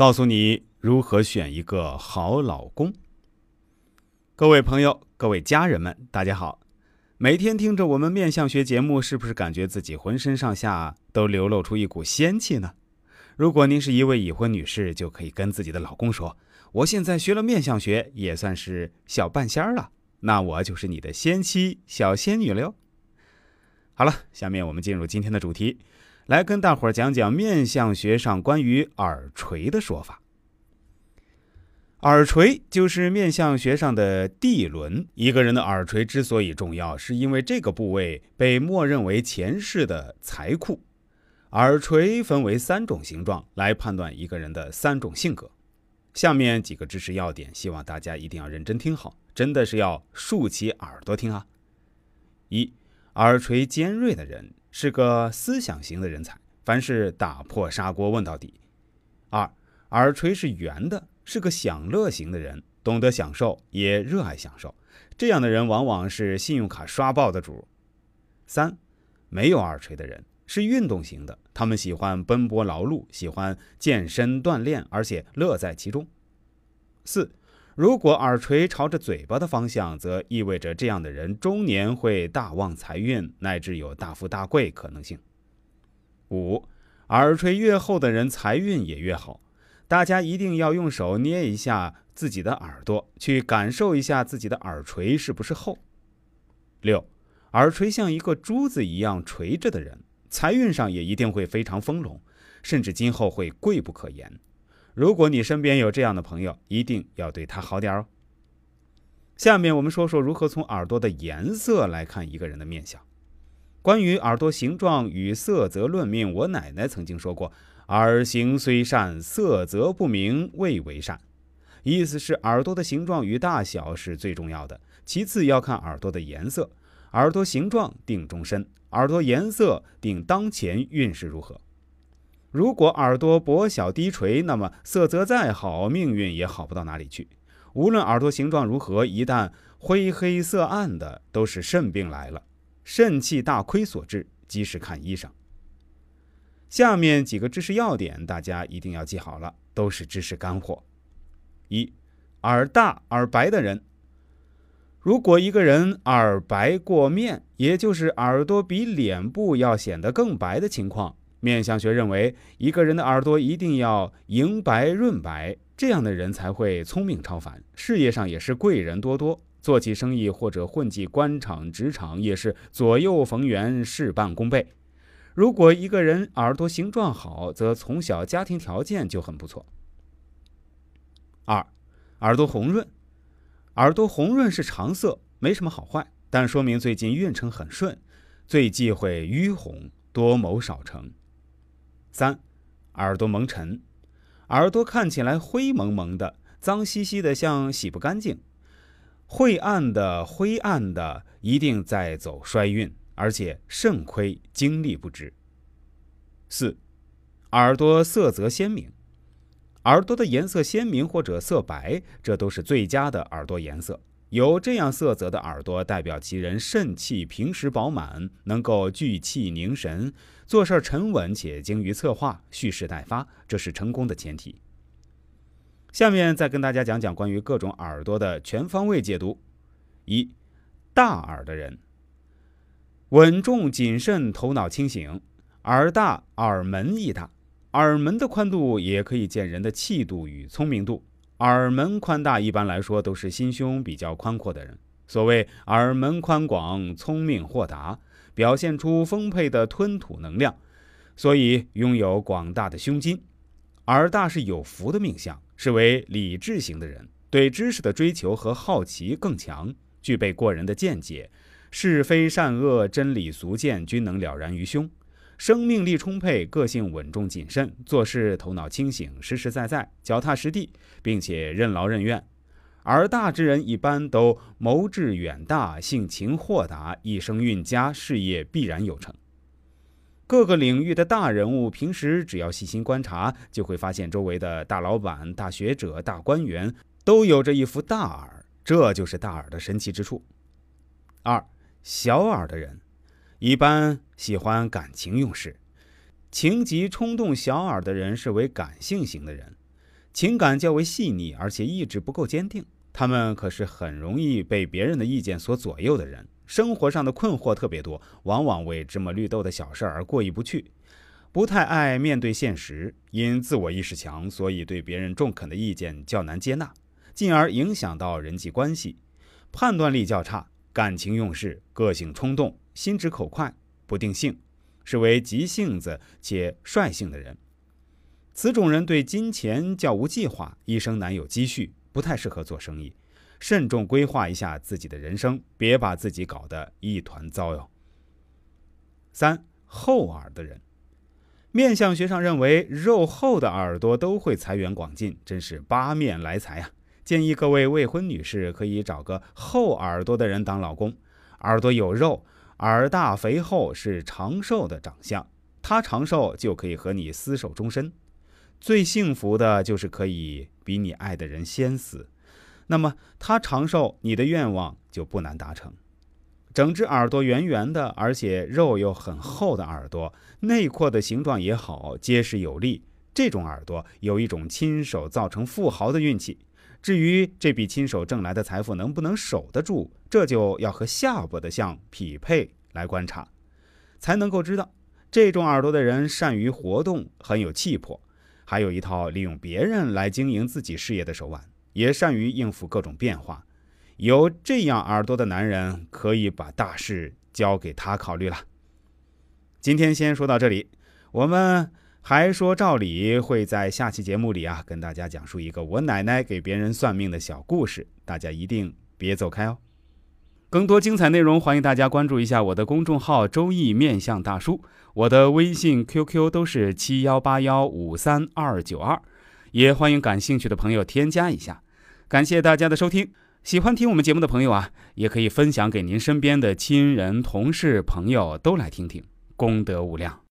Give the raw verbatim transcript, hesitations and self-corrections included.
告诉你如何选一个好老公。各位朋友，各位家人们，大家好。每天听着我们面相学节目，是不是感觉自己浑身上下都流露出一股仙气呢？如果您是一位已婚女士，就可以跟自己的老公说，我现在学了面相学，也算是小半仙了，那我就是你的仙妻小仙女了哟。好了，下面我们进入今天的主题，来跟大伙儿讲讲面相学上关于耳垂的说法。耳垂就是面相学上的地轮，一个人的耳垂之所以重要，是因为这个部位被默认为前世的财库。耳垂分为三种形状，来判断一个人的三种性格。下面几个知识要点，希望大家一定要认真听好，真的是要竖起耳朵听啊。一、耳垂尖锐的人是个思想型的人才，凡事打破砂锅问到底。二、耳垂是圆的，是个享乐型的人，懂得享受，也热爱享受，这样的人往往是信用卡刷爆的主。三、没有耳垂的人是运动型的，他们喜欢奔波劳碌，喜欢健身锻炼，而且乐在其中。四、如果耳垂朝着嘴巴的方向，则意味着这样的人中年会大旺财运，乃至有大富大贵可能性。五、耳垂越厚的人财运也越好，大家一定要用手捏一下自己的耳朵，去感受一下自己的耳垂是不是厚。六、耳垂像一个珠子一样垂着的人，财运上也一定会非常丰隆，甚至今后会贵不可言。如果你身边有这样的朋友，一定要对他好点哦。下面我们说说如何从耳朵的颜色来看一个人的面相。关于耳朵形状与色泽论命，我奶奶曾经说过，耳形虽善，色泽不明未为善。意思是耳朵的形状与大小是最重要的，其次要看耳朵的颜色。耳朵形状定终身，耳朵颜色定当前运势如何。如果耳朵薄小低垂，那么色泽再好，命运也好不到哪里去。无论耳朵形状如何，一旦灰黑色暗的，都是肾病来了，肾气大亏所致，及时看医生。下面几个知识要点大家一定要记好了，都是知识干货。一、耳大耳白的人，如果一个人耳白过面，也就是耳朵比脸部要显得更白的情况，面相学认为一个人的耳朵一定要莹白润白，这样的人才会聪明超凡，事业上也是贵人多多，做起生意或者混迹官场职场也是左右逢源，事半功倍。如果一个人耳朵形状好，则从小家庭条件就很不错。二、耳朵红润，耳朵红润是常色，没什么好坏，但说明最近运程很顺，最忌讳淤红，多谋少成。三、耳朵蒙尘，耳朵看起来灰蒙蒙的，脏兮兮的，像洗不干净。晦暗的灰暗的一定在走衰运，而且肾亏，精力不支。四、耳朵色泽鲜明，耳朵的颜色鲜明或者色白，这都是最佳的耳朵颜色。有这样色泽的耳朵，代表其人肾气平时饱满，能够聚气凝神，做事沉稳且精于策划，蓄势待发，这是成功的前提。下面再跟大家讲讲关于各种耳朵的全方位解读。一、大耳的人，稳重谨慎，头脑清醒，耳大耳门亦大，耳门的宽度也可以见人的气度与聪明度。耳门宽大一般来说都是心胸比较宽阔的人，所谓耳门宽广，聪明豁达，表现出丰沛的吞吐能量，所以拥有广大的胸襟。耳大是有福的命相，是为理智型的人，对知识的追求和好奇更强，具备过人的见解，是非善恶真理俗见均能了然于胸，生命力充沛，个性稳重谨慎，做事头脑清醒，实实在在，脚踏实地，并且任劳任怨。耳大之人一般都谋志远大，性情豁达，一生运佳，事业必然有成。各个领域的大人物，平时只要细心观察，就会发现周围的大老板、大学者、大官员都有着一副大耳，这就是大耳的神奇之处。二、小耳的人一般喜欢感情用事，情急冲动小耳的人是为感性型的人， 情感较为细腻，而且意志不够坚定。他们可是很容易被别人的意见所左右的人，生活上的困惑特别多，往往为芝麻绿豆的小事而过意不去，不太爱面对现实。因自我意识强，所以对别人中肯的意见较难接纳，进而影响到人际关系。判断力较差，感情用事，个性冲动，心直口快，不定性，是为急性子且率性的人。此种人对金钱较无计划，一生难有积蓄，不太适合做生意。慎重规划一下自己的人生，别把自己搞得一团糟哟。三、厚耳的人。面相学上认为，肉厚的耳朵都会财源广进，真是八面来财啊！建议各位未婚女士可以找个厚耳朵的人当老公。耳朵有肉，耳大肥厚是长寿的长相，他长寿就可以和你厮守终身。最幸福的就是可以比你爱的人先死，那么他长寿，你的愿望就不难达成。整只耳朵圆圆的，而且肉又很厚的耳朵，内廓的形状也好，结实有力，这种耳朵有一种亲手造成富豪的运气。至于这笔亲手挣来的财富能不能守得住，这就要和下巴的相匹配来观察，才能够知道这种耳朵的人善于活动，很有气魄，还有一套利用别人来经营自己事业的手腕，也善于应付各种变化。有这样耳朵的男人，可以把大事交给他考虑了。今天先说到这里，我们还说照理会在下期节目里啊，跟大家讲述一个我奶奶给别人算命的小故事，大家一定别走开哦。更多精彩内容，欢迎大家关注一下我的公众号周易面相大叔，我的微信 Q Q 都是七一八一五三二九二，也欢迎感兴趣的朋友添加一下。感谢大家的收听，喜欢听我们节目的朋友啊，也可以分享给您身边的亲人、同事、朋友都来听听，功德无量。